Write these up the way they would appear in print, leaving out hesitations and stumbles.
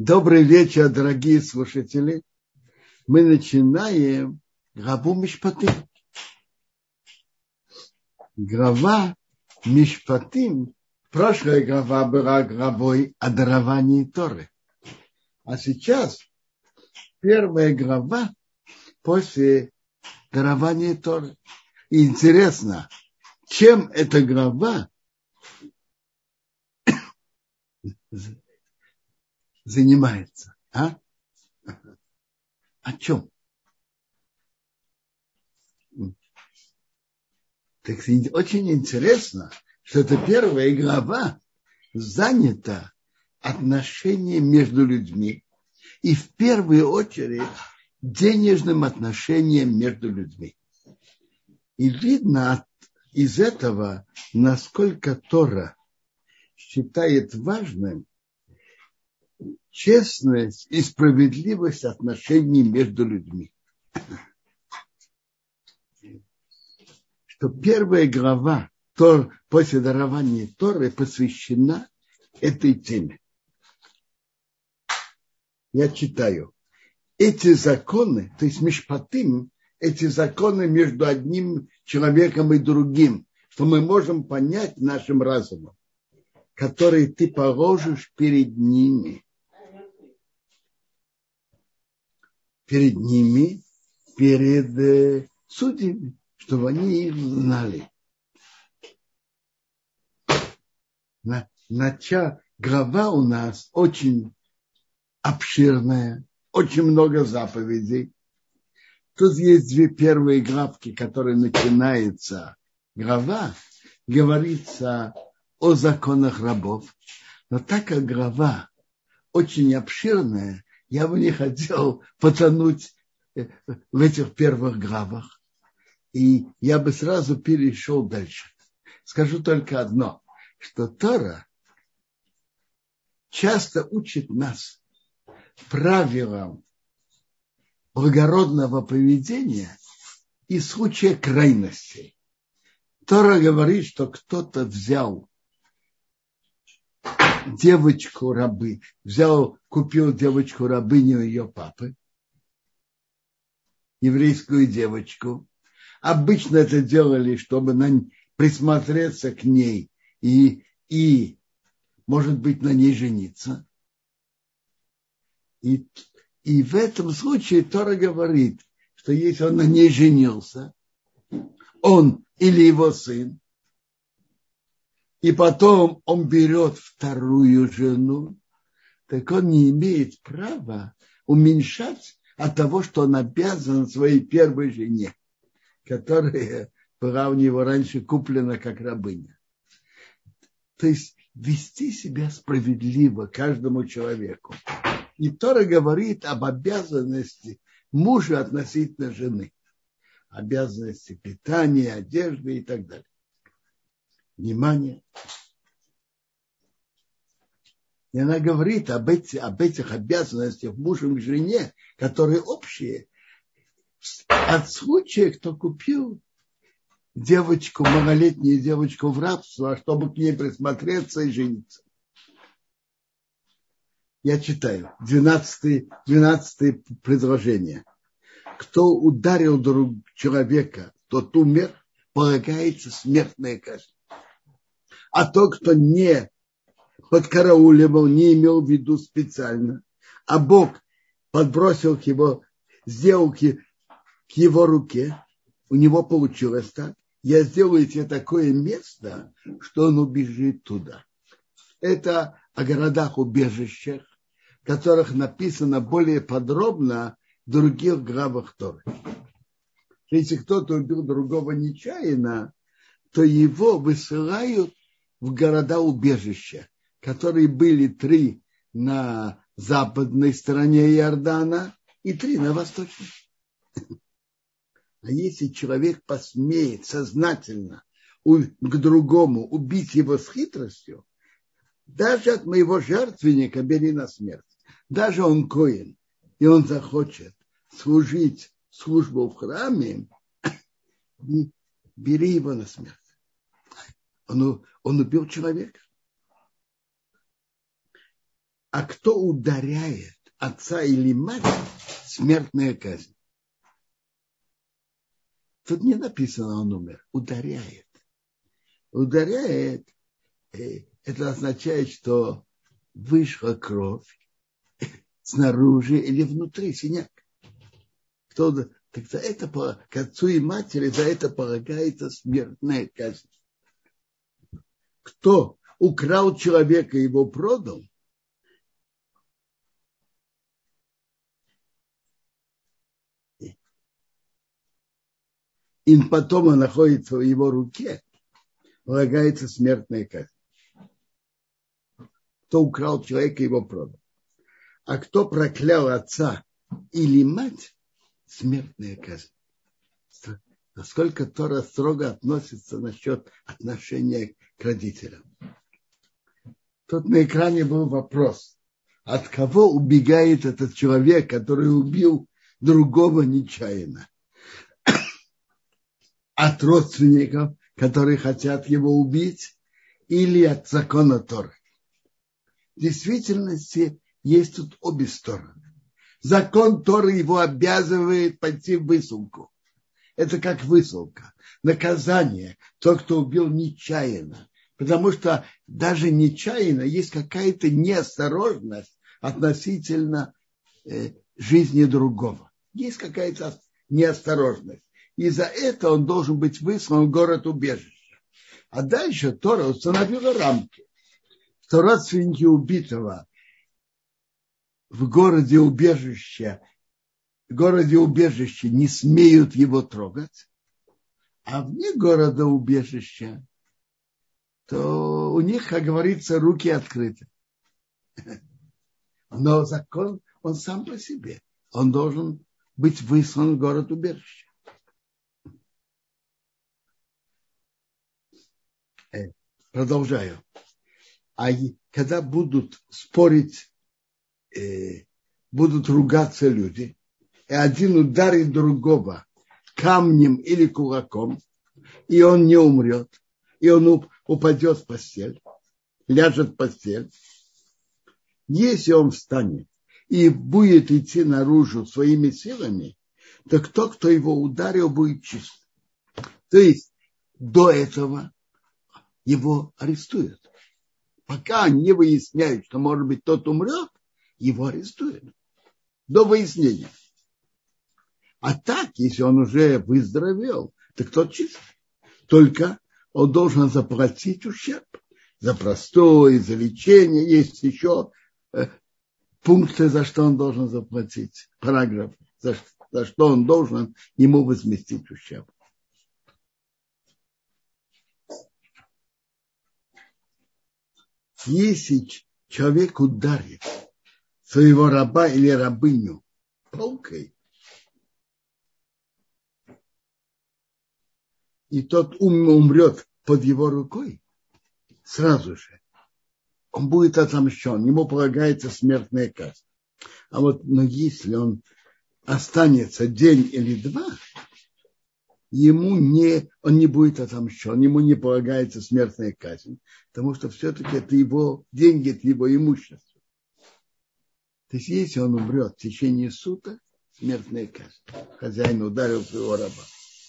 Добрый вечер, дорогие слушатели. Мы начинаем главу Мишпатим. Глава Мишпатим. Прошлая глава была главой о даровании Торы. А сейчас первая глава после дарования Торы. И интересно, чем эта глава занимается? О чем? Так очень интересно, что это первая глава занята отношением между людьми и в первую очередь денежным отношением между людьми. И видно из этого, насколько Тора считает важным честность и справедливость отношений между людьми. Что первая глава после дарования Торы посвящена этой теме. Я читаю. Эти законы, то есть мишпатим, эти законы между одним человеком и другим, что мы можем понять нашим разумом, которые ты положишь перед ними, перед судьями, чтобы они их знали. Глава у нас очень обширная, очень много заповедей. Тут есть две первые главки, которые начинается глава, говорится о законах рабов. Но так как глава очень обширная, я бы не хотел потонуть в этих первых главах. И я бы сразу перешел дальше. Скажу только одно, что Тора часто учит нас правилам благородного поведения и случая крайностей. Тора говорит, что кто-то взял купил девочку рабыню ее папы, еврейскую девочку. Обычно это делали, чтобы присмотреться к ней и, может быть, на ней жениться. И в этом случае Тора говорит, что если он на ней женился, он или его сын, и потом он берет вторую жену, так он не имеет права уменьшать от того, что он обязан своей первой жене, которая была у него раньше куплена как рабыня. То есть вести себя справедливо каждому человеку. И Тора говорит об обязанности мужа относительно жены. Обязанности питания, одежды и так далее. Внимание. И она говорит об этих обязанностях мужа к жене, которые общие, от случая, кто купил девочку, малолетнюю девочку в рабство, чтобы к ней присмотреться и жениться. Я читаю 12 предложение. Кто ударил человека, тот умер, полагается смертная казнь. А тот, кто не подкарауливал, не имел в виду специально, а Бог подбросил сделал к его руке, у него получилось так, я сделаю тебе такое место, что он убежит туда. Это о городах-убежищах, в которых написано более подробно в других главах Торы. Если кто-то убил другого нечаянно, то его высылают в города-убежища, которые были 3 на западной стороне Иордана и 3 на восточной. А если человек посмеет сознательно к другому убить его с хитростью, даже от моего жертвенника бери на смерть. Даже он коэн, и он захочет служить службу в храме, бери его на смерть. Он убил человека. А кто ударяет отца или мать, смертная казнь. Тут не написано, он умер. Ударяет. Ударяет, это означает, что вышла кровь снаружи или внутри, синяк. Так за это, к отцу и матери, за это полагается смертная казнь. Кто украл человека и его продал, и потом он находится в его руке, полагается смертная казнь. Кто украл человека и его продал. А кто проклял отца или мать, смертная казнь. Насколько Тора строго относится насчет отношения к родителям. Тут на экране был вопрос, от кого убегает этот человек, который убил другого нечаянно? От родственников, которые хотят его убить, или от закона Торы? В действительности есть тут обе стороны. Закон Торы его обязывает пойти в высылку. Это как высылка. Наказание. Тот, кто убил нечаянно. Потому что даже нечаянно есть какая-то неосторожность относительно жизни другого. Есть какая-то неосторожность. И за это он должен быть выслан в город-убежище. А дальше Тора установила рамки. Что родственники убитого в городе-убежище не смеют его трогать, а вне города-убежища, то у них, как говорится, руки открыты. Но закон, он сам по себе. Он должен быть выслан в город-убежище. Продолжаю. А когда будут спорить, будут ругаться люди, и один ударит другого камнем или кулаком, и он не умрет, и он упадет в постель, ляжет в постель. Если он встанет и будет идти наружу своими силами, то кто его ударил, будет чист. То есть до этого его арестуют. Пока не выясняют, что, может быть, тот умрет, его арестуют. До выяснения. А так, если он уже выздоровел, то тот чист. Только он должен заплатить ущерб. За простой, за лечение. Есть еще пункты, за что он должен заплатить. Параграф, за что он должен ему возместить ущерб. Если человек ударит своего раба или рабыню палкой, и тот умрет под его рукой, сразу же он будет отомщен, ему полагается смертная казнь. Но если он останется день или два, он не будет отомщен, ему не полагается смертная казнь, потому что все-таки это его деньги, это его имущество. То есть, если он умрет в течение суток, смертная казнь. Хозяин ударил своего раба.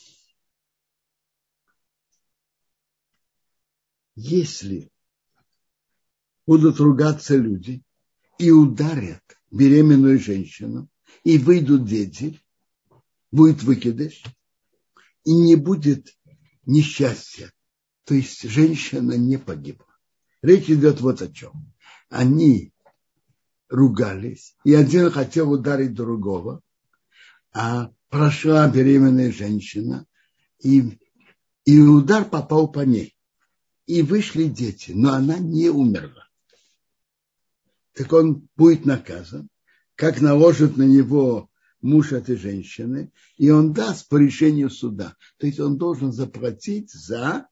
Если будут ругаться люди и ударят беременную женщину, и выйдут дети, будет выкидыш, и не будет несчастья. То есть женщина не погибла. Речь идет вот о чем. Они ругались, и один хотел ударить другого, а прошла беременная женщина, и удар попал по ней. И вышли дети, но она не умерла. Так он будет наказан, как наложит на него муж этой женщины, и он даст по решению суда. То есть он должен заплатить за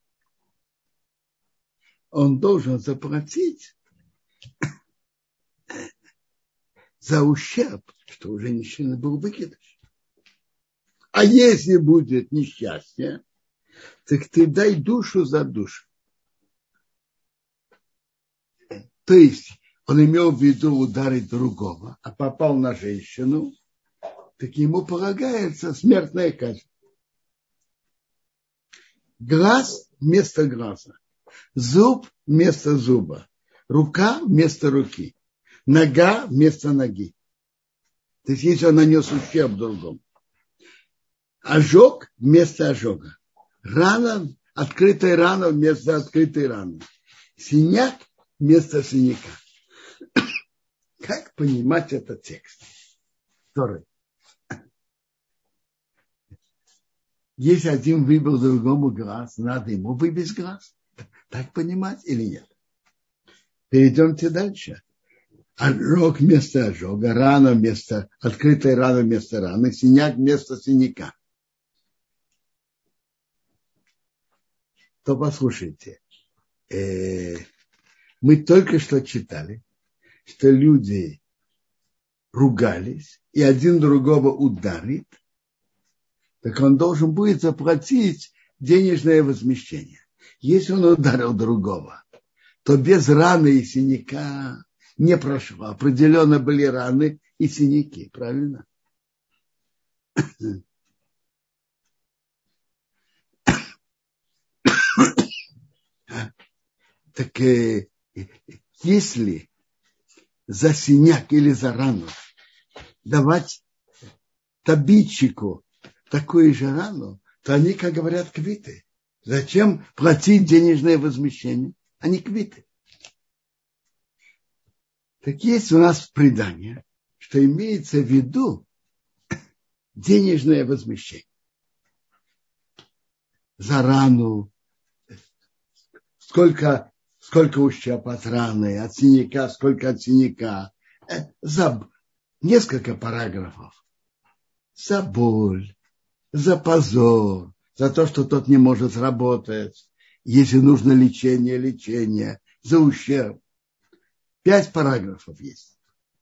ущерб, что у женщины был выкидыш. А если будет несчастье, так ты дай душу за душу. То есть он имел в виду ударить другого, а попал на женщину, так ему полагается смертная казнь. Глаз вместо глаза, зуб вместо зуба, рука вместо руки, нога вместо ноги. То есть, если он нанес ущерб другому. Ожог вместо ожога. Рана, открытая рана вместо открытой раны. Синяк вместо синяка. Как понимать этот текст? Второй. Если один выбил другому глаз, надо ему выбить глаз. Так понимать или нет? Перейдемте дальше. Ожог вместо ожога, рана вместо, открытая рана вместо раны, синяк вместо синяка. То послушайте. Мы только что читали, что люди ругались, и один другого ударит, так он должен будет заплатить денежное возмещение. Если он ударил другого, то без раны и синяка не прошло. Определенно были раны и синяки, правильно? Так если за синяк или за рану давать обидчику такую же рану, то они, как говорят, квиты. Зачем платить денежное возмещение? Они квиты. Так есть у нас предание, что имеется в виду денежное возмещение. За рану, сколько ущерб от раны, от синяка, сколько от синяка. За несколько параграфов. За боль, за позор, за то, что тот не может работать, если нужно лечение, за ущерб. 5 параграфов есть.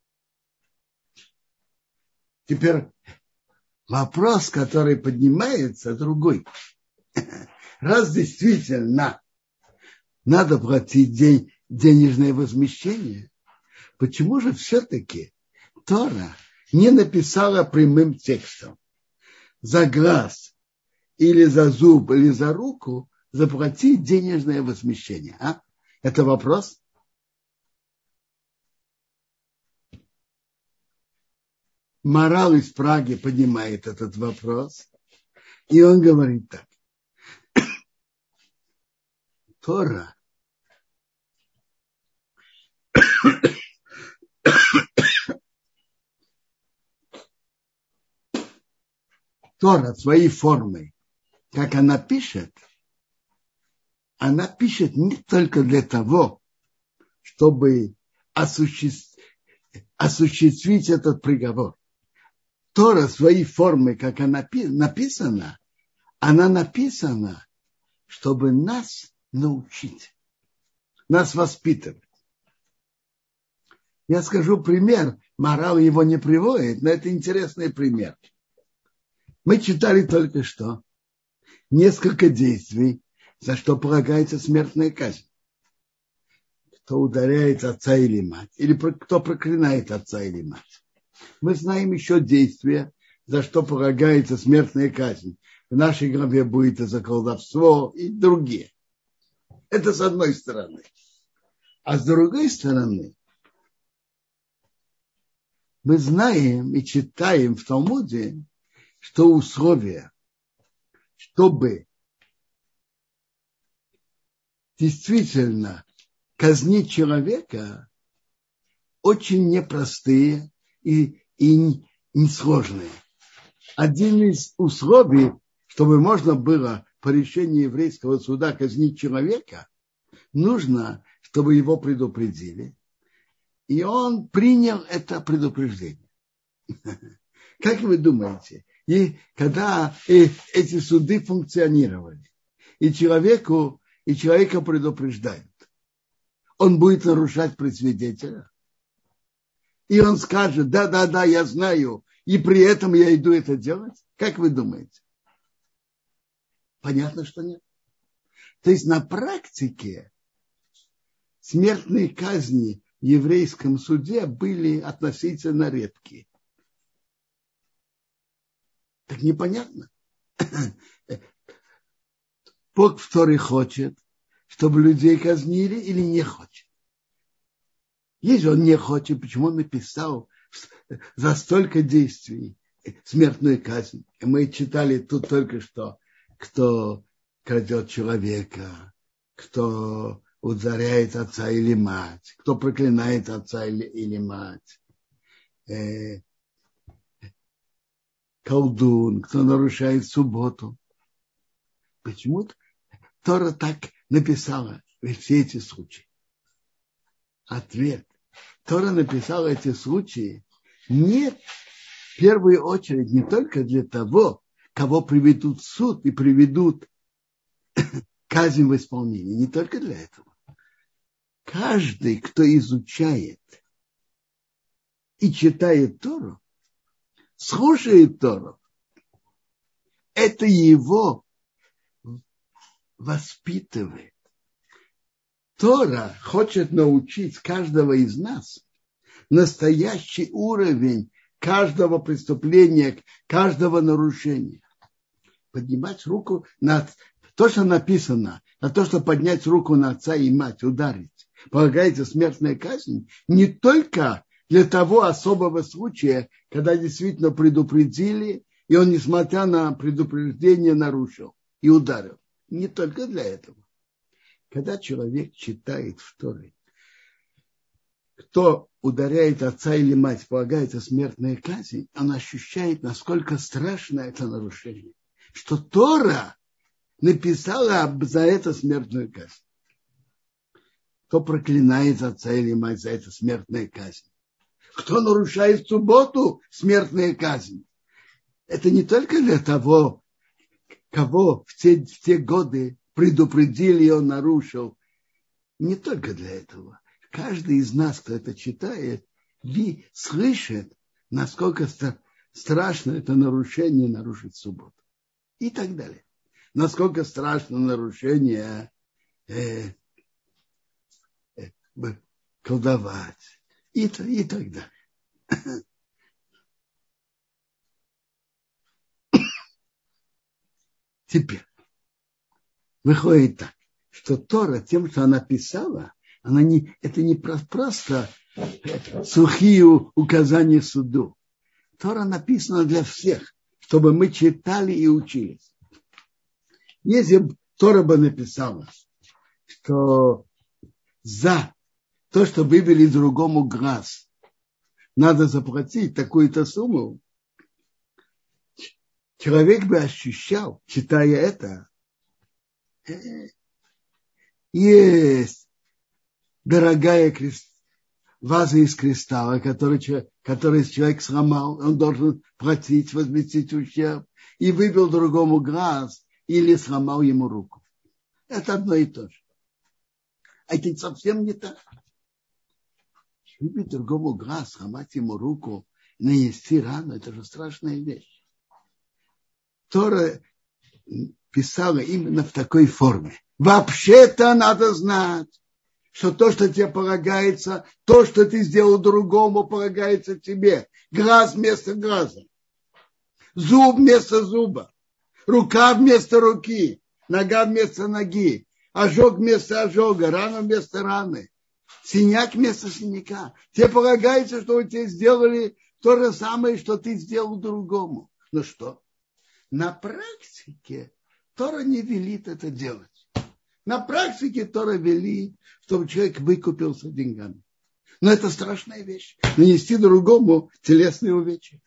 Теперь вопрос, который поднимается, другой. Раз действительно надо платить денежное возмещение, почему же все-таки Тора не написала прямым текстом за глаз или за зуб или за руку заплатить денежное возмещение? А? Это вопрос? Морал из Праги поднимает этот вопрос, и он говорит так. Тора своей формой, как она пишет не только для того, чтобы осуществить этот приговор. Тора своей формой, как она написана, чтобы нас научить, нас воспитывать. Я скажу пример, морал его не приводит, но это интересный пример. Мы читали только что несколько действий, за что полагается смертная казнь. Кто ударяет отца или мать, или кто проклинает отца или мать. Мы знаем еще действия, за что полагается смертная казнь. В нашей главе будет и за колдовство, и другие. Это с одной стороны. А с другой стороны, мы знаем и читаем в Талмуде, что условия, чтобы действительно казнить человека, очень непростые и несложные. Один из условий, чтобы можно было по решению еврейского суда казнить человека, нужно, чтобы его предупредили. И он принял это предупреждение. Как вы думаете, и когда эти суды функционировали, и человека предупреждают, он будет нарушать при свидетелях? И он скажет, да, я знаю, и при этом я иду это делать? Как вы думаете? Понятно, что нет. То есть на практике смертные казни еврейском суде были относительно редкие. Так непонятно. Бог в Торе хочет, чтобы людей казнили или не хочет. Если он не хочет, почему он написал за столько действий смертную казнь? И мы читали тут только что, кто крадет человека, кто ударяет отца или мать, кто проклинает отца или мать, колдун, кто нарушает субботу. Почему Тора так написала все эти случаи? Ответ. Тора написала эти случаи не в первую очередь не только для того, кого приведут в суд и приведут казнь в исполнение, не только для этого. Каждый, кто изучает и читает Тору, слушает Тору, это его воспитывает. Тора хочет научить каждого из нас настоящий уровень каждого преступления, каждого нарушения. Поднимать руку на то, что написано, на то, что поднять руку на отца и мать, ударить, полагается смертная казнь, не только для того особого случая, когда действительно предупредили, и он, несмотря на предупреждение, нарушил и ударил. Не только для этого. Когда человек читает в Торе, кто ударяет отца или мать, полагается смертная казнь, он ощущает, насколько страшно это нарушение. Что Тора написала за это смертную казнь. Кто проклинает отца или мать, за это смертная казнь. Кто нарушает субботу, смертная казнь. Это не только для того, кого в те годы предупредили, и он нарушил. Не только для этого. Каждый из нас, кто это читает, слышит, насколько страшно это нарушение, нарушить субботу. И так далее. Насколько страшно нарушение колдовать. И так далее. Теперь. Выходит так, что Тора, тем, что она писала, это не просто сухие указания суду. Тора написана для всех, чтобы мы читали и учились. Если бы Тора бы написала, что за то, что вывели другому глаз, надо заплатить такую-то сумму, человек бы ощущал, читая это, есть дорогая ваза из кристалла, которую человек сломал, он должен платить, возместить ущерб, и выбил другому глаз или сломал ему руку. Это одно и то же. А это совсем не так. Выбить другому глаз, сломать ему руку, нанести рану, это же страшная вещь. Тора писала именно в такой форме. Вообще-то надо знать, что то, что тебе полагается, то, что ты сделал другому, полагается тебе. Глаз вместо глаза. Зуб вместо зуба. Рука вместо руки. Нога вместо ноги. Ожог вместо ожога. Рана вместо раны. Синяк вместо синяка. Тебе полагается, что тебе сделали то же самое, что ты сделал другому. Ну что? На практике Тора не велит это делать. На практике Тора велит, чтобы человек выкупился деньгами. Но это страшная вещь. Нанести другому телесные увечья.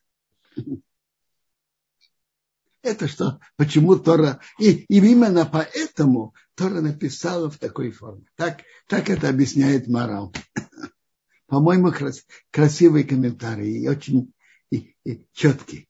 Это что? Почему Тора? И именно поэтому Тора написала в такой форме. Так это объясняет Марал. По-моему, красивый комментарий и очень четкий.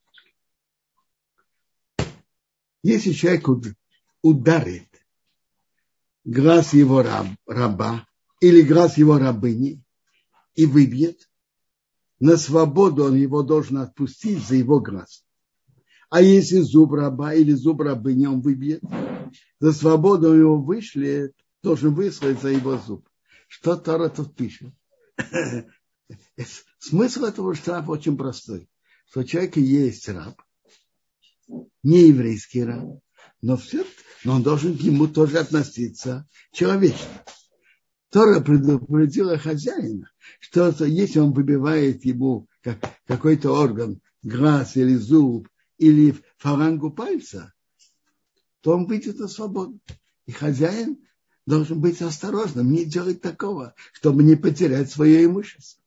Если человек ударит глаз его раба или глаз его рабыни и выбьет, на свободу он его должен отпустить за его глаз. А если зуб раба или зуб рабыни он выбьет, за свободу он его вышлет, должен выслать за его зуб. Что Тора тут пишет? Смысл этого штрафа очень простой. Что у человека есть раб, не еврейский раб, но он должен к нему тоже относиться человечно. Тора предупредила хозяина, что если он выбивает ему какой-то орган, глаз или зуб, или фалангу пальца, то он выйдет на свободу. И хозяин должен быть осторожным, не делать такого, чтобы не потерять свое имущество.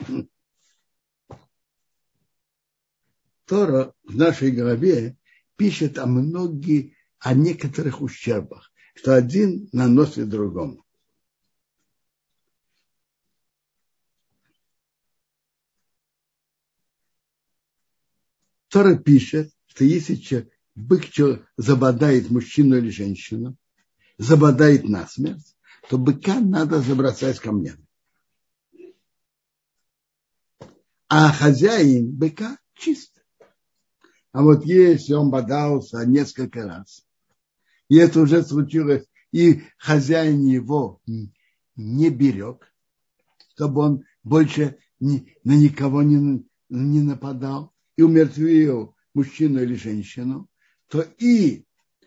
Тора в нашей главе пишет о некоторых ущербах, что один наносит другому. Тора пишет, что если бык забодает мужчину или женщину, забодает насмерть, то быка надо забросать камнями. А хозяин быка чист. А вот если он бодался несколько раз, и это уже случилось, и хозяин его не берег, чтобы он больше на никого не нападал, и умертвил мужчину или женщину, то и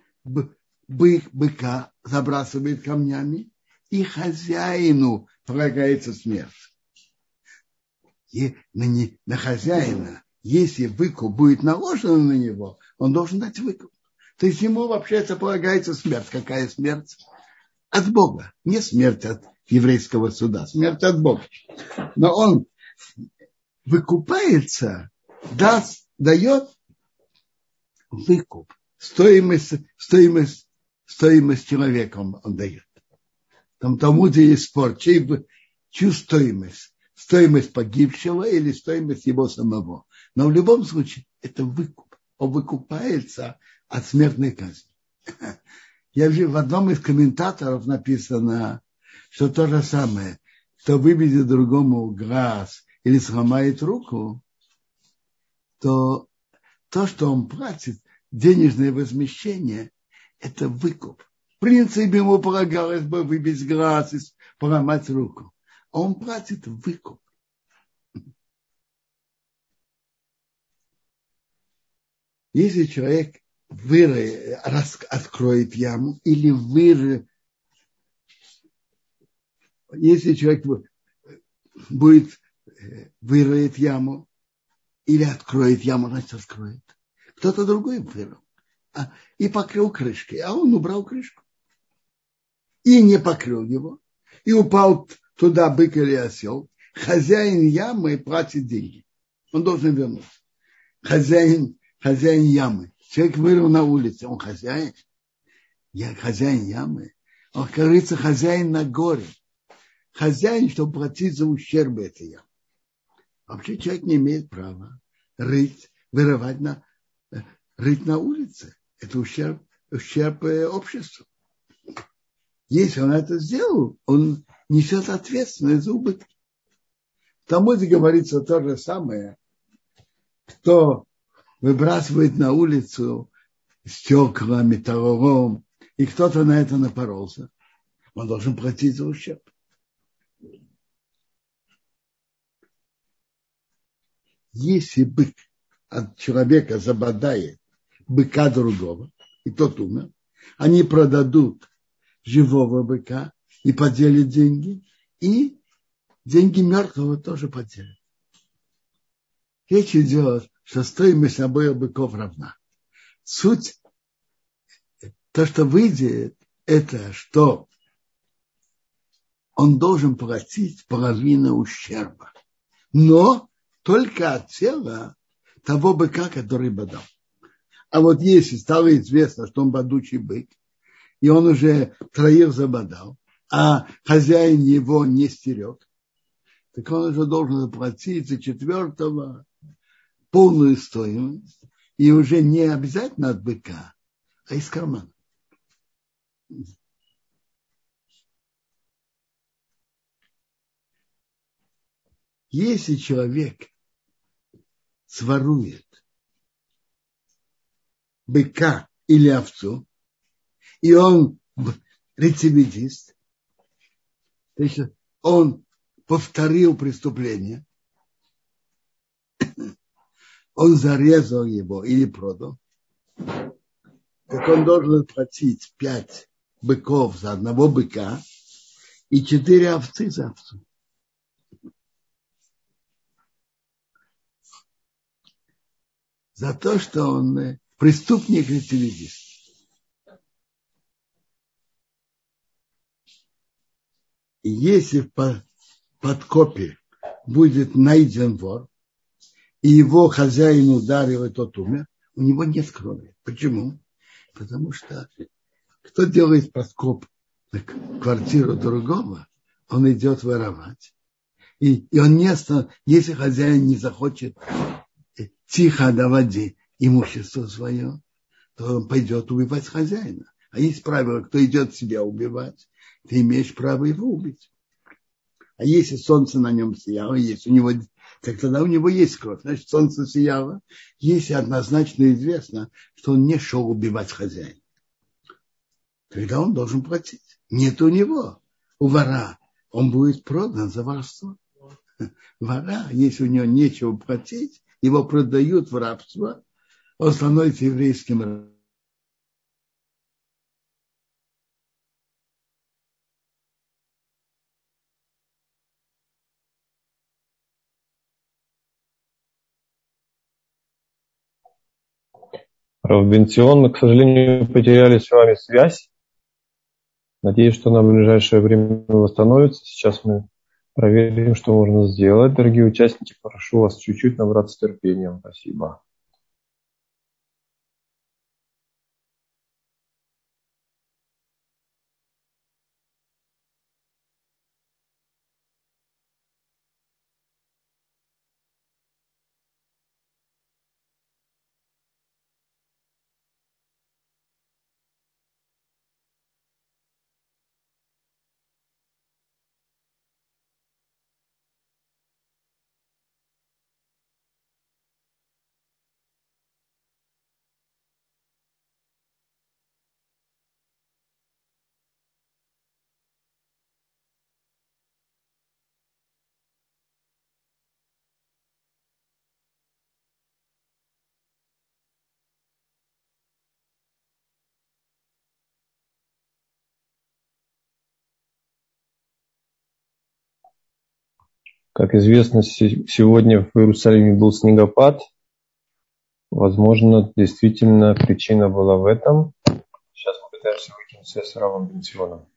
быка забрасывает камнями, и хозяину полагается смерть. И на хозяина, если выкуп будет наложен на него, он должен дать выкуп. То есть ему вообще это полагается смерть. Какая смерть? От Бога. Не смерть от еврейского суда, смерть от Бога. Но он выкупается, дает выкуп. Стоимость человека он дает. Там тому, где есть спор, чью стоимость? Стоимость погибшего или стоимость его самого. Но в любом случае это выкуп. Он выкупается от смертной казни. В одном из комментаторов написано, что то же самое, кто выведет другому глаз или сломает руку, то что он платит, денежное возмещение, это выкуп. В принципе, ему полагалось бы выбить глаз и поломать руку. А он платит выкуп. Если человек откроет яму или если человек выроет яму или откроет яму, значит откроет. Кто-то другой вырыл и покрыл крышкой, а он убрал крышку. И не покрыл его, и упал туда бык или осел. Хозяин ямы платит деньги. Он должен вернуть. Хозяин ямы. Человек вырыл на улице, он хозяин. Хозяин ямы. Он, как говорится, хозяин на горе. Хозяин, чтобы платить за ущерб этой ямы. Вообще человек не имеет права рыть на улице. Это ущерб обществу. Если он это сделал, он несет ответственность за убытки. В Талмуде говорится то же самое, кто выбрасывает на улицу стекла, металлолом, и кто-то на это напоролся, он должен платить за ущерб. Если бык от человека забодает быка другого, и тот умер, они продадут живого быка и поделят деньги, и деньги мертвого тоже поделят. Речь идет, что стоимость обоих быков равна. Суть, то, что выйдет, это что он должен платить половину ущерба, но только от тела того быка, который бодал. А вот если стало известно, что он бодучий бык, и он уже троих забодал, а хозяин его не стерег, так он уже должен заплатить за четвертого полную стоимость, и уже не обязательно от быка, а из кармана. Если человек сворует быка или овцу, и он рецидивист, то есть он повторил преступление, он зарезал его или продал, так он должен платить 5 быков за одного быка и 4 овцы за овцу. За то, что он преступник и рецидивист. И если в подкопе будет найден вор, и его хозяин ударил, и тот умер, у него нет крови. Почему? Потому что кто делает подкоп на квартиру другого, он идет воровать. И он не останавливается, если хозяин не захочет тихо отдавать имущество свое, то он пойдет убивать хозяина. А есть правило, кто идет себя убивать, ты имеешь право его убить. А если солнце на нем сияло, если у него, так тогда у него есть кровь. Значит, солнце сияло, если однозначно известно, что он не шел убивать хозяина. Тогда он должен платить. Нет у него. У вора он будет продан за воровство. Вора, если у него нечего платить, его продают в рабство, он становится еврейским рабом. Рав Бенцион, мы, к сожалению, потеряли с вами связь. Надеюсь, что она в ближайшее время восстановится. Сейчас мы проверим, что можно сделать. Дорогие участники, прошу вас чуть-чуть набраться терпением. Спасибо. Как известно, сегодня в Иерусалиме был снегопад. Возможно, действительно причина была в этом. Сейчас мы пытаемся выкинуть связь с Равом Бенционом.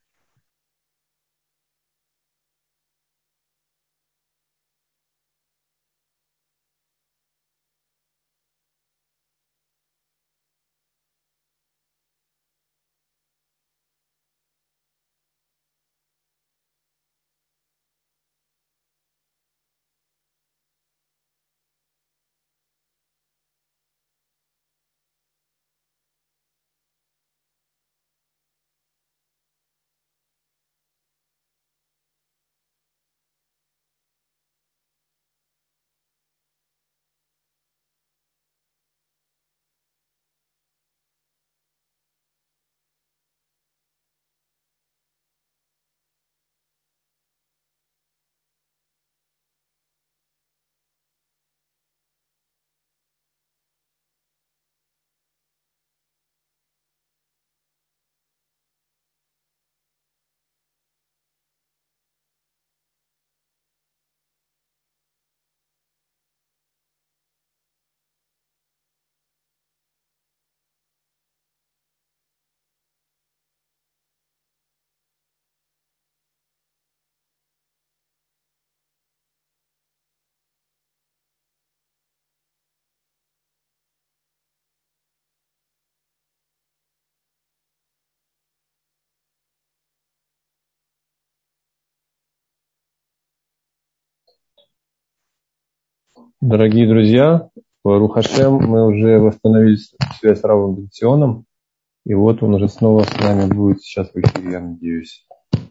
Дорогие друзья, Барух Ашем, мы уже восстановили связь с Равом Бенционом. И вот он уже снова с нами будет сейчас в эфире, я надеюсь.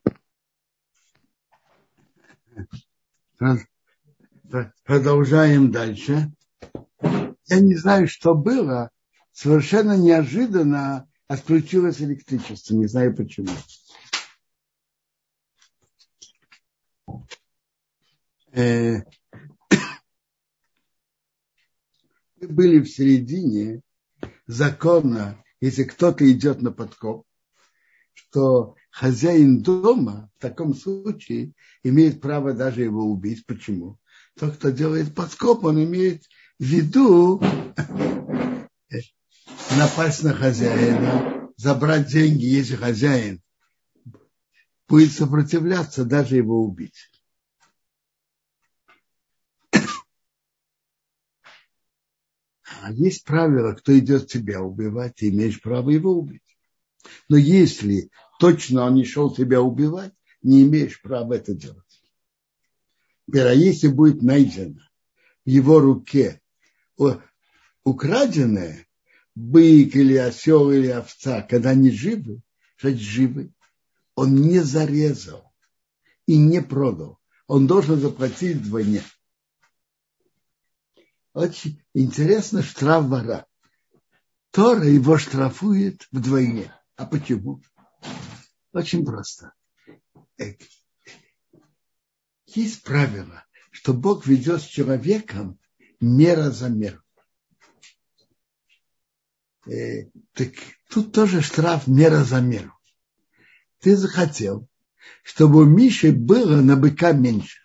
Продолжаем дальше. Я не знаю, что было. Совершенно неожиданно отключилось электричество. Не знаю почему. Мы были в середине закона, если кто-то идет на подкоп, что хозяин дома в таком случае имеет право даже его убить. Почему? Тот, кто делает подкоп, он имеет в виду напасть на хозяина, забрать деньги, если хозяин будет сопротивляться, даже его убить. А есть правило, кто идет тебя убивать, ты имеешь право его убить. Но если точно он не шел тебя убивать, не имеешь права это делать. Теперь, а если будет найдено в его руке украденное, бык или осел или овца, когда они живы, значит живы, он не зарезал и не продал. Он должен заплатить вдвойне. Очень интересно, штраф вора. Тора его штрафует вдвойне. А почему? Очень просто. Есть правило, что Бог ведет с человеком мера за меру. Так тут тоже штраф мера за меру. Ты захотел, чтобы у Миши было на быка меньше.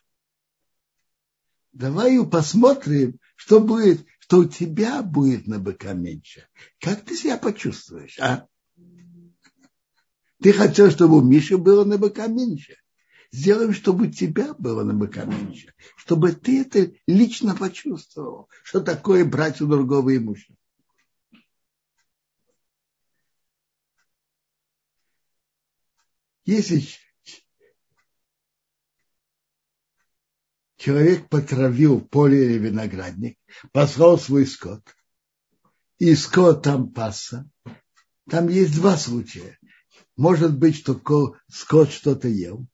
Давай посмотрим, что будет, что у тебя будет на быка меньше. Как ты себя почувствуешь, а? Ты хотел, чтобы у Миши было на быка меньше. Сделаем, чтобы у тебя было на быка меньше. Чтобы ты это лично почувствовал, что такое брать у другого имущества. Если человек потравил поле или виноградник, послал свой скот, и скот там пасся, там есть два случая. Может быть, что скот что-то ел.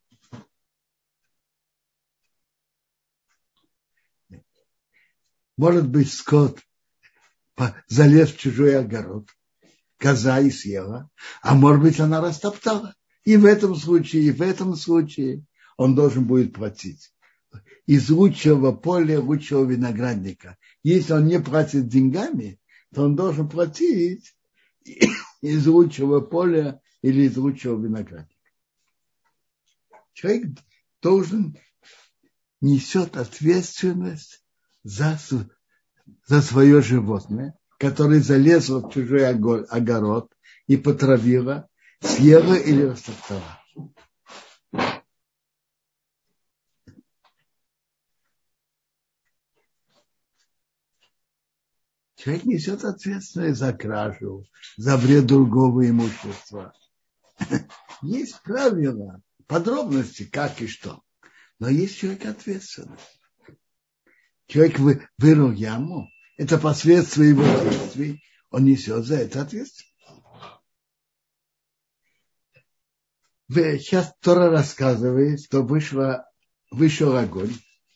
Может быть, скот залез в чужой огород, коза и съела, а может быть, она растоптала. И в этом случае он должен будет платить. Из лучшего поля, лучшего виноградника. Если он не платит деньгами, то он должен платить из лучшего поля или из лучшего виноградника. Человек несет ответственность за свое животное, которое залезло в чужой огород и потравило, съела или растоптала. Человек несет ответственность за кражу, за вред другого имущества. Есть правила, подробности, как и что. Но есть человек ответственный. Человек вырыл яму, это последствия его действий, он несет за это ответственность. Сейчас Тора рассказывает, что вышел огонь,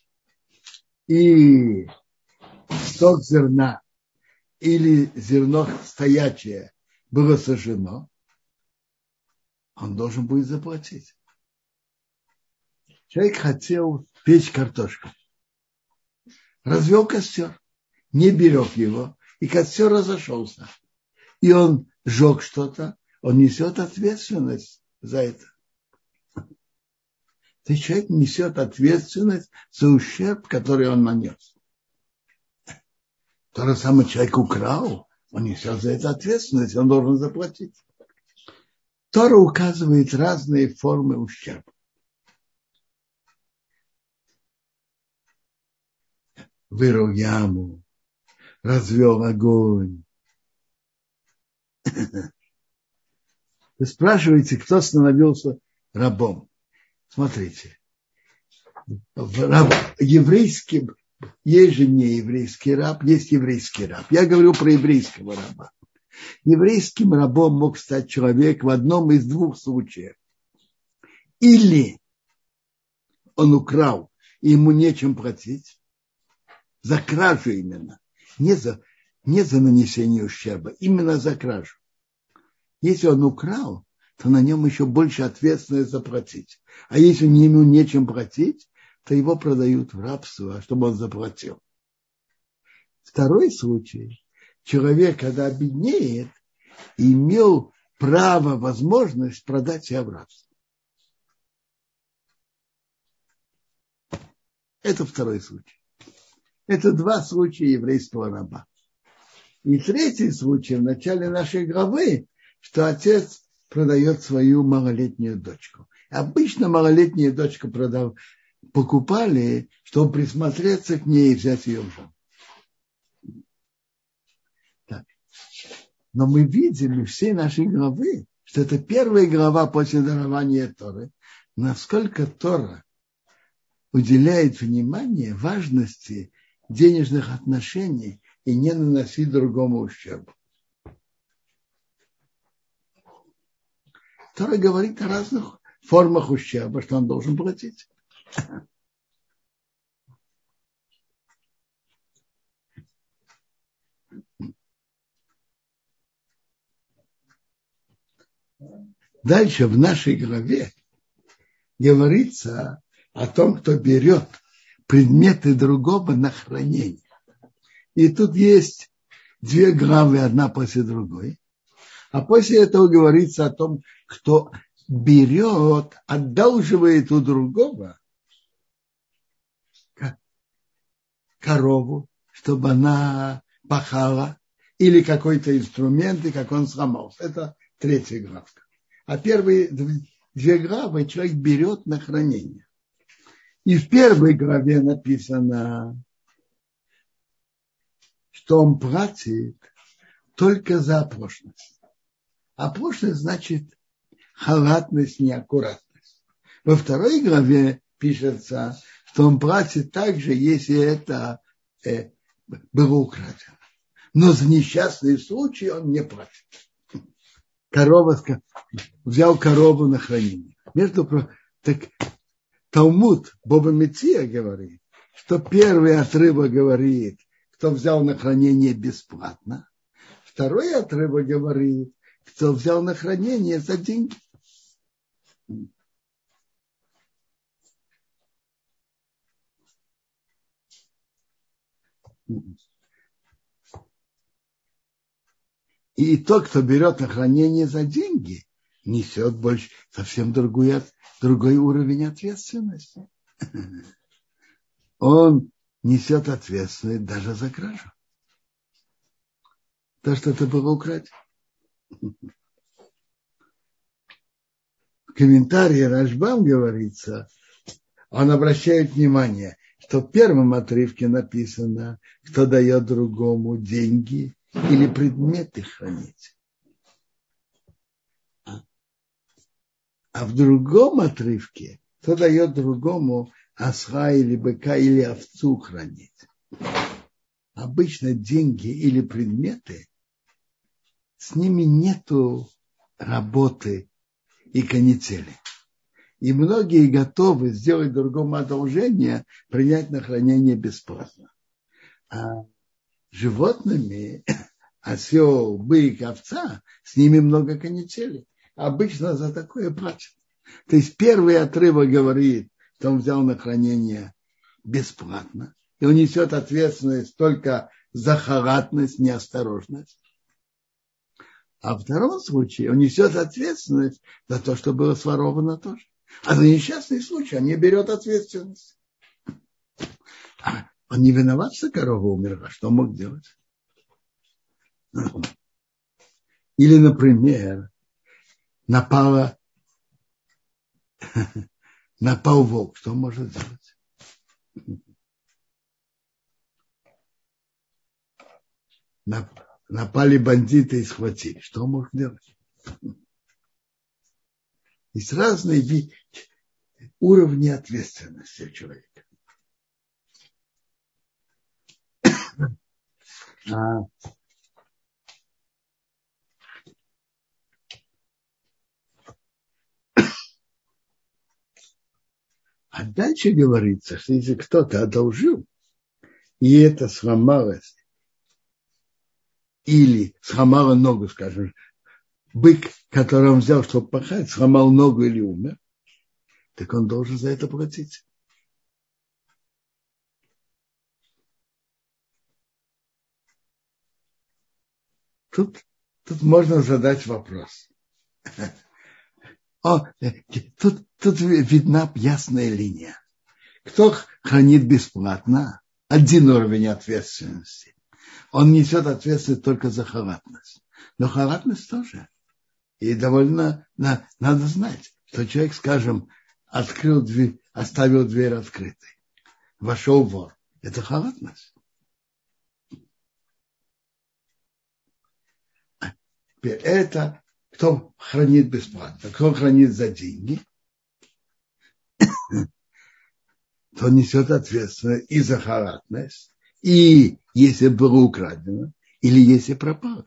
и сток зерна или зерно стоячее было сожжено, он должен будет заплатить. Человек хотел печь картошку. Развел костер, не берег его, и костер разошелся. И он сжег что-то, он несет ответственность за это. То есть человек несет ответственность за ущерб, который он нанес. То же самое человек украл, он несет за это ответственность, он должен заплатить. Тора указывает разные формы ущерба. Вырыл яму, развел огонь. Вы спрашиваете, кто становился рабом? Смотрите, еврейский, есть же нееврейский раб, есть еврейский раб. Я говорю про еврейского раба. Еврейским рабом мог стать человек в одном из двух случаев. Или он украл, и ему нечем платить, за кражу именно, не за нанесение ущерба, именно за кражу. Если он украл, то на нем еще больше ответственность заплатить. А если ему нечем платить, то его продают в рабство, чтобы он заплатил. Второй случай. Человек, когда обеднеет, имел право, возможность продать себя в рабство. Это второй случай. Это два случая еврейского раба. И третий случай в начале нашей главы, что отец продает свою малолетнюю дочку. Обычно малолетнюю дочку покупали, чтобы присмотреться к ней и взять ее в жену. Так. Но мы видим из всей нашей главы, что это первая глава после дарования Торы, насколько Тора уделяет внимание важности денежных отношений и не наносить другому ущерб. Тора говорит о разных формах ущерба, что он должен платить. Дальше в нашей главе говорится о том, кто берет предметы другого на хранение. И тут есть две главы, одна после другой. А после этого говорится о том, кто берет, одалживает у другого корову, чтобы она пахала, или какой-то инструмент, и как он сломался. Это третья главка. А первые две главы человек берет на хранение. И в первой главе написано, что он платит только за оплошность. Оплошность значит халатность, неаккуратность. Во второй главе пишется, что он платит также, если это было украдено. Но за несчастный случай он не платит. Взял корову на хранение. Между прочим, так Талмуд Боба Меция говорит, что первый отрывок говорит, кто взял на хранение бесплатно. Второй отрывок говорит, кто взял на хранение за деньги. И тот, кто берет на хранение за деньги, несет больше совсем другой уровень ответственности. Он несет ответственность даже за кражу. То, что это было украдено. В комментарии Рашбам говорится, он обращает внимание, что в первом отрывке написано, кто дает другому деньги или предметы хранить. А в другом отрывке, кто дает другому осла или быка или овцу хранить. Обычно деньги или предметы, с ними нету работы и канители. И многие готовы сделать другому одолжение, принять на хранение бесплатно. А животными, осел, бык, овца, с ними много канителей. Обычно за такое платят. То есть первый отрывок говорит, что он взял на хранение бесплатно, и он несет ответственность только за халатность, неосторожность. А в втором случае он несет ответственность за то, что было своровано тоже. А за несчастный случай он не берет ответственность. Он не виноват, что корова умерла. Что он мог делать? Или, например, напал волк. Что он может делать? Напали бандиты и схватили. Что он может делать? Есть разные уровни ответственности у человека. А дальше говорится, что если кто-то одолжил, и это сломалось, или сломало ногу, скажем, бык, который он взял, чтобы пахать, сломал ногу или умер, так он должен за это платить. Тут можно задать вопрос. Тут видна ясная линия. Кто хранит бесплатно, один уровень ответственности. Он несет ответственность только за халатность. Но халатность тоже. И довольно надо знать, что человек, скажем, открыл дверь, оставил дверь открытой. Вошел вор. Это халатность. Это кто хранит бесплатно, кто хранит за деньги, то несет ответственность и за халатность, и если было украдено, или если пропало.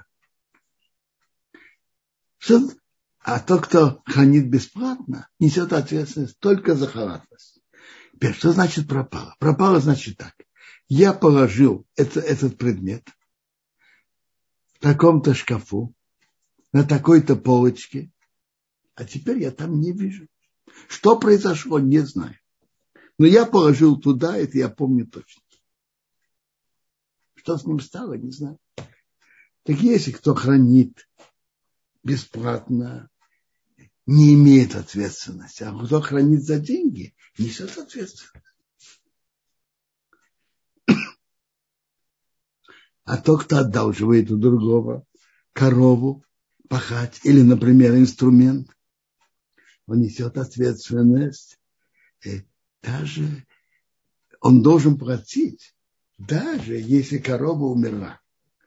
А тот, кто хранит бесплатно, несет ответственность только за халатность. Теперь, что значит пропало? Пропало значит так. Я положил этот предмет в таком-то шкафу, на такой-то полочке, а теперь я там не вижу. Что произошло, не знаю. Но я положил туда, это я помню точно. Что с ним стало, не знаю. Так если кто хранит бесплатно, не имеет ответственности, а кто хранит за деньги, несет ответственность. А тот, кто одалживает у другого корову, пахать, или, например, инструмент, он несет ответственность. Даже он должен платить, даже если корова умерла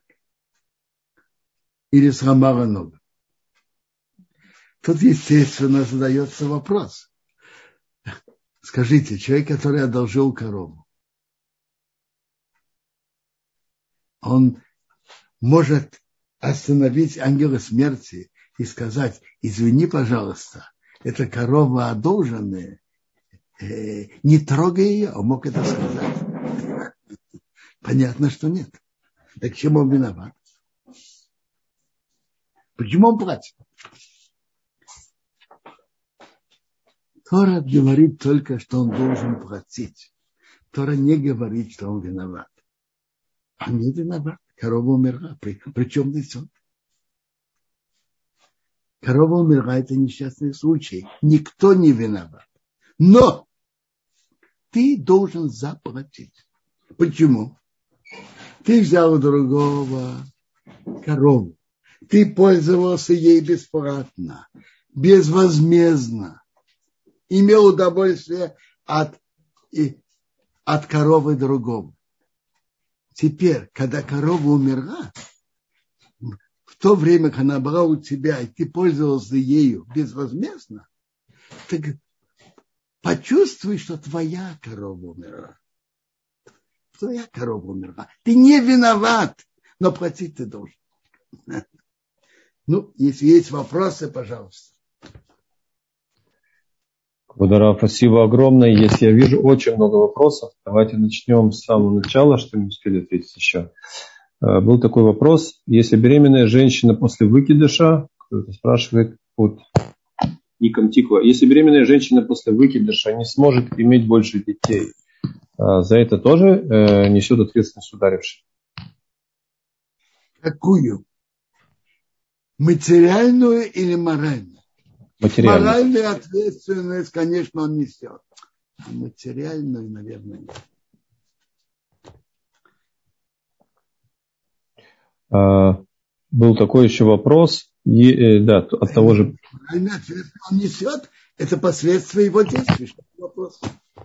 или сломала ногу. Тут, естественно, задается вопрос. Скажите, человек, который одолжил корову, он может остановить ангела смерти и сказать: извини, пожалуйста, эта корова одолженная, не трогай ее, он мог это сказать. Понятно, что нет. Так чем он виноват? Почему он платит? Тора говорит только, что он должен платить. Тора не говорит, что он виноват. Он не виноват. Корова умерла. Причем здесь он? Корова умерла, это несчастный случай. Никто не виноват. Но ты должен заплатить. Почему? Ты взял у другого корову. Ты пользовался ей бесплатно, безвозмездно. Имел удовольствие от коровы другого. Теперь, когда корова умерла, в то время, когда она была у тебя, и ты пользовался ею безвозмездно, так почувствуй, что твоя корова умерла. Твоя корова умерла. Ты не виноват, но платить ты должен. Ну, если есть вопросы, пожалуйста. Квадрат, спасибо огромное. Если я вижу очень много вопросов, давайте начнем с самого начала, что не успели ответить еще. Был такой вопрос. Если беременная женщина после выкидыша, кто-то спрашивает под ником Тиква, если беременная женщина после выкидыша не сможет иметь больше детей, за это тоже несет ответственность ударивший? Какую? Материальную или моральную? Моральную ответственность, конечно, он несет. А материальную, наверное, нет. Был такой еще вопрос. Да, от того же... Моральную ответственность он несет. Это последствия его действий. Что вопрос?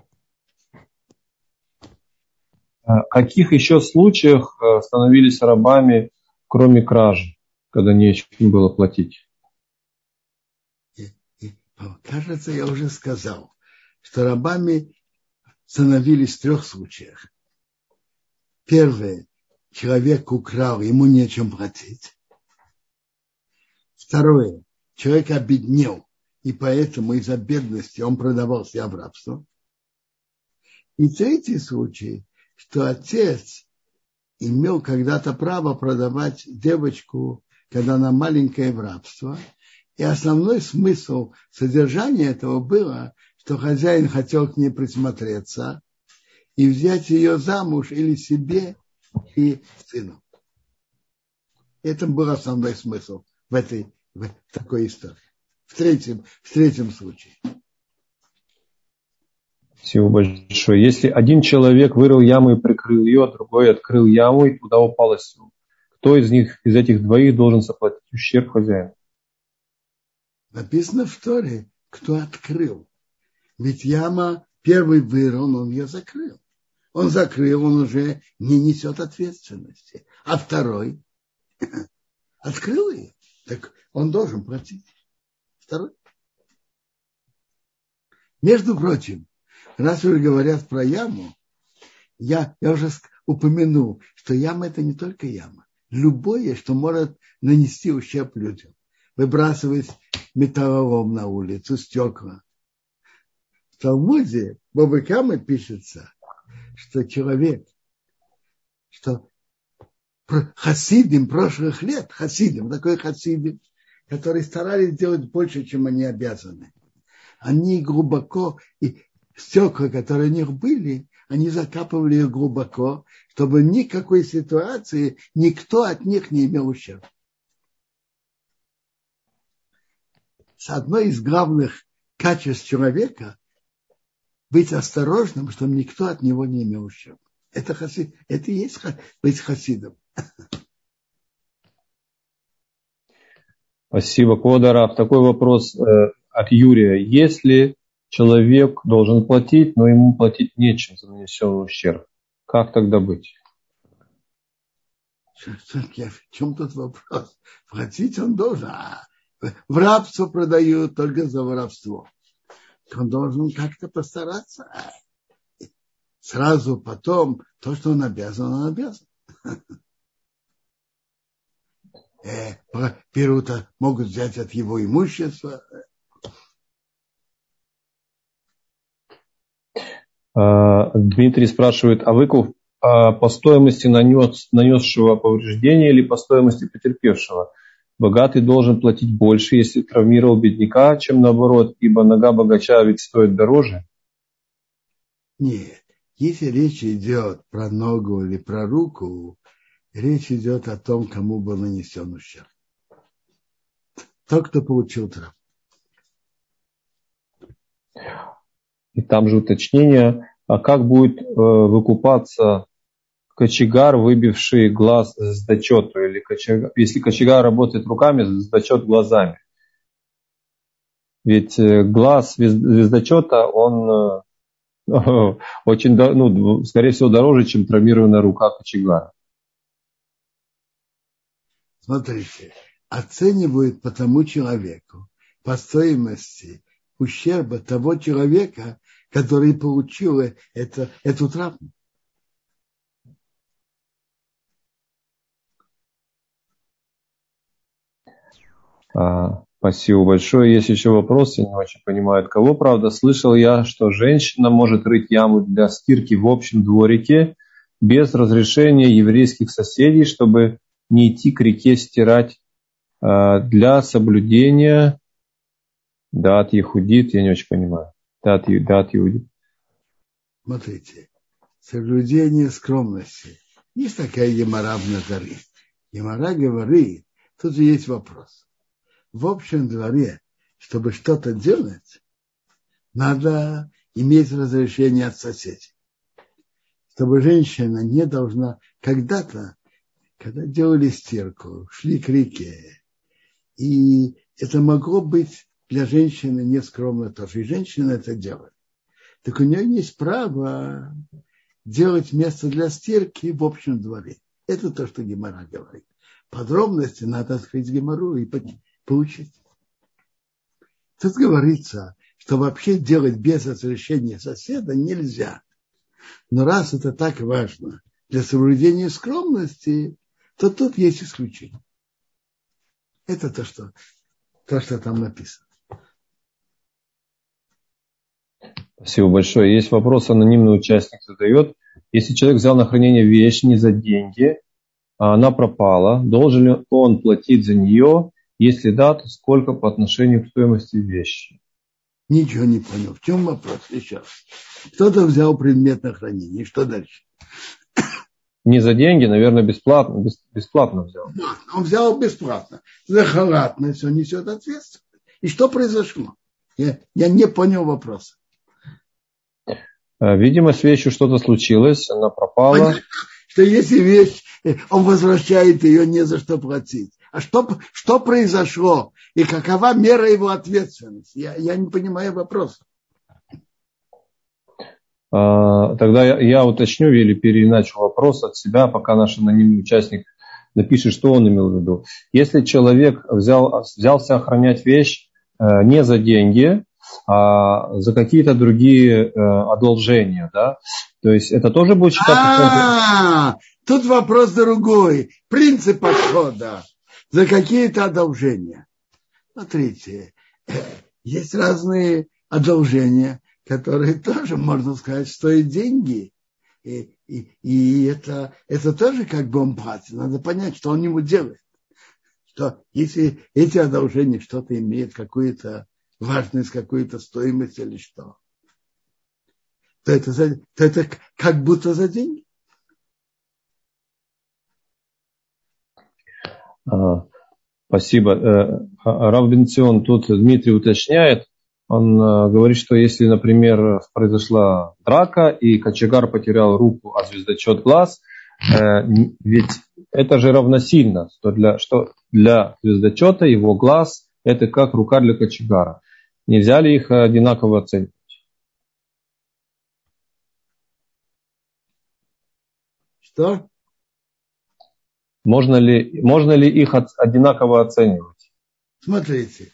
В каких еще случаях становились рабами, кроме кражи, когда нечем было платить? Кажется, я уже сказал, что рабами становились в 3 случаях. Первое. Человек украл, ему нечем платить. Второе. Человек обеднел, и поэтому из-за бедности он продавал себя в рабство. И третий случай, что отец имел когда-то право продавать девочку, когда она маленькая, в рабство. И основной смысл содержания этого было, что хозяин хотел к ней присмотреться и взять ее замуж или себе, и сыну. Это был основной смысл в такой истории. В третьем случае. Спасибо большое. Если один человек вырыл яму и прикрыл ее, а другой открыл яму и туда упал осел, кто из этих двоих должен заплатить ущерб хозяину? Написано в Торе, кто открыл. Ведь яма первый вырыл, он ее закрыл. Он закрыл, он уже не несет ответственности. А второй открыл ее, так он должен платить. Второй. Между прочим, раз уже говорят про яму, я уже упомянул, что яма – это не только яма. Любое, что может нанести ущерб людям. Выбрасывать металлолом на улицу, стекла. В Талмуде Баба Кама пишется, что человек, что хасидим прошлых лет, такой хасидим, которые старались делать больше, чем они обязаны. Они глубоко, и стекла, которые у них были, они закапывали их глубоко, чтобы никакой ситуации никто от них не имел ущерба. Одно из главных качеств человека быть осторожным, чтобы никто от него не имел ущерба. Это и есть быть хасидом. Спасибо, Квода-Рав. Такой вопрос от Юрия. Если человек должен платить, но ему платить нечем за нанесенный ущерб, как тогда быть? В чем тут вопрос? Платить он должен. В рабство продают только за воровство. Он должен как-то постараться. Сразу потом то, что он обязан, он обязан. Берут, могут взять от его имущества. Дмитрий спрашивает, а выкуп по стоимости нанесшего повреждения или по стоимости потерпевшего? Богатый должен платить больше, если травмировал бедняка, чем наоборот, ибо нога богача ведь стоит дороже? Нет, если речь идет про ногу или про руку, речь идет о том, кому был нанесен ущерб. Тот, кто получил травму. И там же уточнение, а как будет выкупаться кочегар, выбивший глаз с дочету, или если кочегар работает руками, с дочет глазами. Ведь глаз звездочета, он очень, скорее всего, дороже, чем травмированная рука кочегара. Смотрите, оценивают по тому человеку, по стоимости ущерба того человека, который получил эту травму. Спасибо большое. Есть еще вопрос, я не очень понимаю, от кого. Правда, слышал я, что женщина может рыть яму для стирки в общем дворике без разрешения еврейских соседей, чтобы не идти к реке стирать для соблюдения дат Ехудит. Я не очень понимаю. Дат Ехудит. Смотрите, соблюдение скромности. Есть такая гемара в Назаре. Гемара говорит, тут же есть вопрос. В общем дворе, чтобы что-то делать, надо иметь разрешение от соседей. Чтобы женщина не должна... Когда-то, когда делали стирку, шли к реке, и это могло быть для женщины нескромно тоже. И женщина это делает. Так у нее есть право делать место для стирки в общем дворе. Это то, что гемара говорит. Подробности надо открыть гемару и получить. Тут говорится, что вообще делать без разрешения соседа нельзя. Но раз это так важно для соблюдения скромности, то тут есть исключение. Это то, что там написано. Спасибо большое. Есть вопрос, анонимный участник задает. Если человек взял на хранение вещь не за деньги, а она пропала, должен ли он платить за нее? Если да, то сколько по отношению к стоимости вещи? Ничего не понял. В чем вопрос? Еще раз. Кто-то взял предмет на хранение. И что дальше? не за деньги, наверное, бесплатно взял. Он взял бесплатно. За халатность он несет ответственность. И что произошло? Я не понял вопроса. Видимо, с вещью что-то случилось, она пропала. Понятно, что если вещь, он возвращает ее, не за что платить. А что произошло? И какова мера его ответственности? Я не понимаю вопроса. Тогда я уточню или переиначу вопрос от себя, пока наш анонимный участник напишет, что он имел в виду. Если человек взялся охранять вещь не за деньги, а за какие-то другие одолжения, да, то есть это тоже будет считаться... Тут вопрос другой. Принцип подхода за какие-то одолжения. Смотрите, есть разные одолжения, которые тоже, можно сказать, стоят деньги. И это тоже как бы он платит. Надо понять, что он ему делает. Что если эти одолжения что-то имеют, какую-то важность, какую-то стоимость или что, то это как будто за деньги. Спасибо. Рав Бенцион, тут Дмитрий уточняет, он говорит, что если, например, произошла драка, и кочегар потерял руку, а звездочет глаз, ведь это же равносильно, что для звездочета его глаз – это как рука для кочегара. Нельзя ли их одинаково оценивать? Что? Можно ли их одинаково оценивать? Смотрите,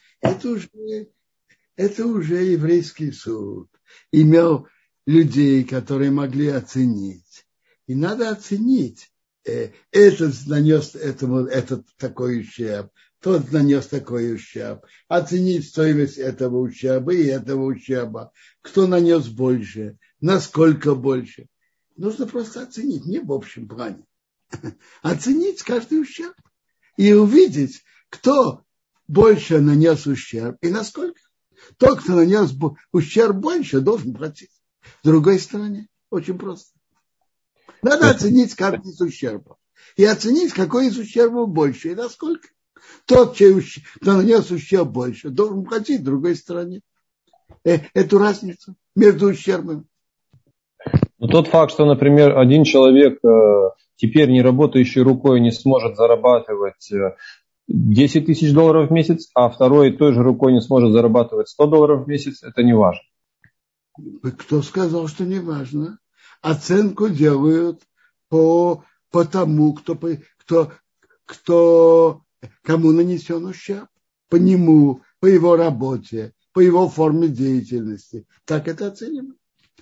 это уже еврейский суд имел людей, которые могли оценить. И надо оценить, этот нанес этот такой ущерб, тот нанес такой ущерб. Оценить стоимость этого ущерба и этого ущерба. Кто нанес больше, насколько больше. Нужно просто оценить, не в общем плане. Оценить каждый ущерб и увидеть, кто больше нанес ущерб и насколько. Тот, кто нанес ущерб больше, должен платить. С другой стороны, очень просто. Надо оценить каждый из ущербов. И оценить, какой из ущербов больше и насколько. Тот, кто нанес ущерб больше, должен платить с другой стороне. Эту разницу между ущербами. Но тот факт, что, например, один человек теперь не работающий рукой не сможет зарабатывать $10 тысяч в месяц, а второй той же рукой не сможет зарабатывать $100 в месяц, это не важно. Кто сказал, что не важно? Оценку делают по тому, кому нанесен ущерб. По нему, по его работе, по его форме деятельности. Так это оценивают.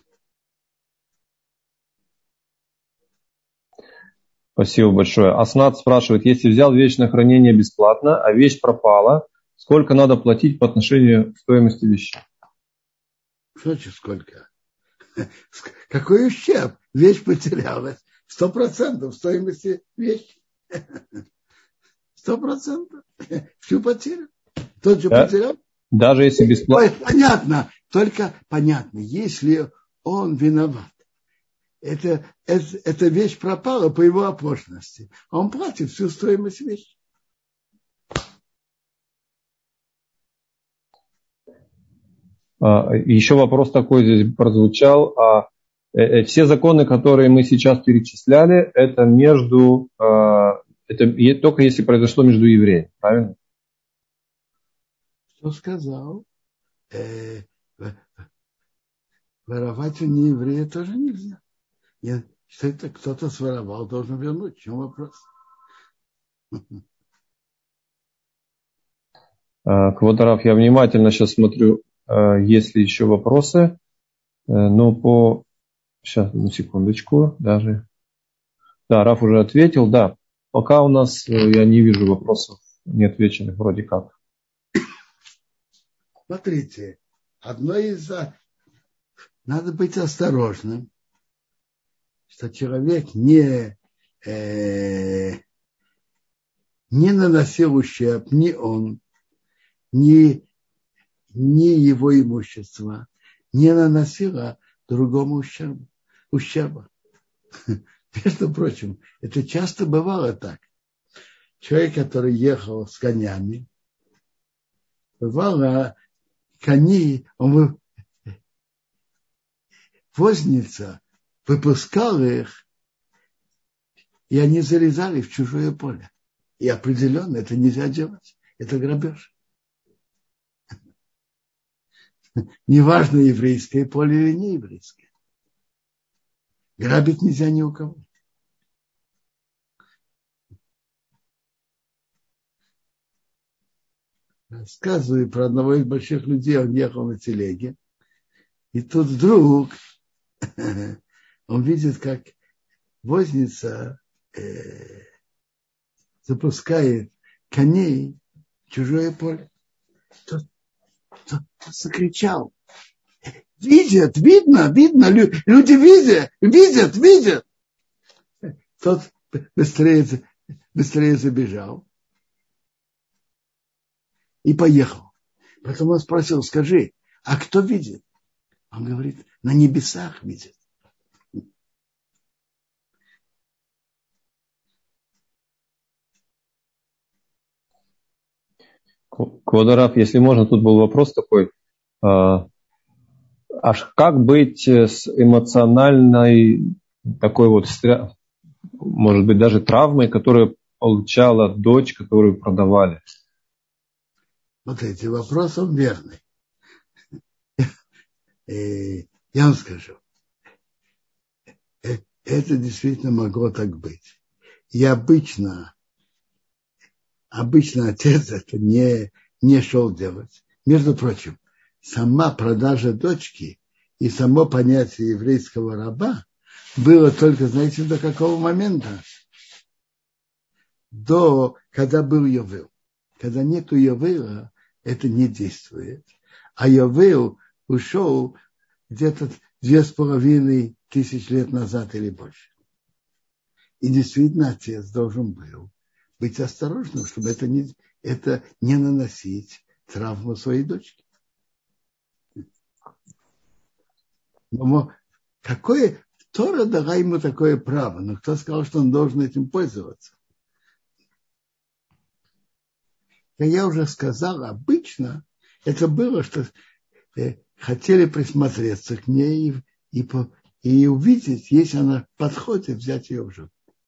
Спасибо большое. Аснат спрашивает, если взял вещь на хранение бесплатно, а вещь пропала, сколько надо платить по отношению к стоимости вещи? Что значит сколько? Какой ущерб? Вещь потерялась. 100% стоимости вещи. 100%. Всю потерю. Тот же потерял. Даже если бесплатно. Понятно. Только понятно, если он виноват. Эта вещь пропала по его оплошности. Он платит всю стоимость вещи. Еще вопрос такой здесь прозвучал. Все законы, которые мы сейчас перечисляли, это только если произошло между евреями, правильно? Что сказал? Воровать у нееврея тоже нельзя. Что это кто-то своровал, должен вернуть. В чем вопрос? Квадрав, я внимательно сейчас смотрю, есть ли еще вопросы. Но Сейчас, одну секундочку. Да, Раф уже ответил. Да, пока у нас, я не вижу вопросов неотвеченных вроде как. Смотрите, надо быть осторожным, что человек не наносил ущерб ни он, ни его имущество, не наносило другому ущерба. Между прочим, это часто бывало так. Человек, который ехал с конями, бывало, кони, возница выпускал их, и они залезали в чужое поле. И определенно это нельзя делать. Это грабеж. Неважно, еврейское поле или не еврейское. Грабить нельзя ни у кого. Рассказываю про одного из больших людей. Он ехал на телеге. И тут вдруг он видит, как возница запускает коней в чужое поле. Тот закричал. Видят, видно, люди видят. Тот быстрее забежал и поехал. Потом он спросил, скажи, а кто видит? Он говорит, на небесах видит. Квадрат, если можно, тут был вопрос такой. Аж как быть с эмоциональной такой вот, может быть, даже травмой, которую получала дочь, которую продавали? Вот эти вопросы верны. Я вам скажу, это действительно могло так быть. И обычно отец это не шел делать. Между прочим, сама продажа дочки и само понятие еврейского раба было только, знаете, до какого момента? Когда был Йовел. Когда нету Йовела, это не действует. А Йовел ушел где-то 2500 лет назад или больше. И действительно отец должен был быть осторожным, чтобы это не наносить травму своей дочке. Но Тора дала ему такое право, но кто сказал, что он должен этим пользоваться? Как я уже сказал, обычно это было, что хотели присмотреться к ней и увидеть, если она подходит, взять ее в жены.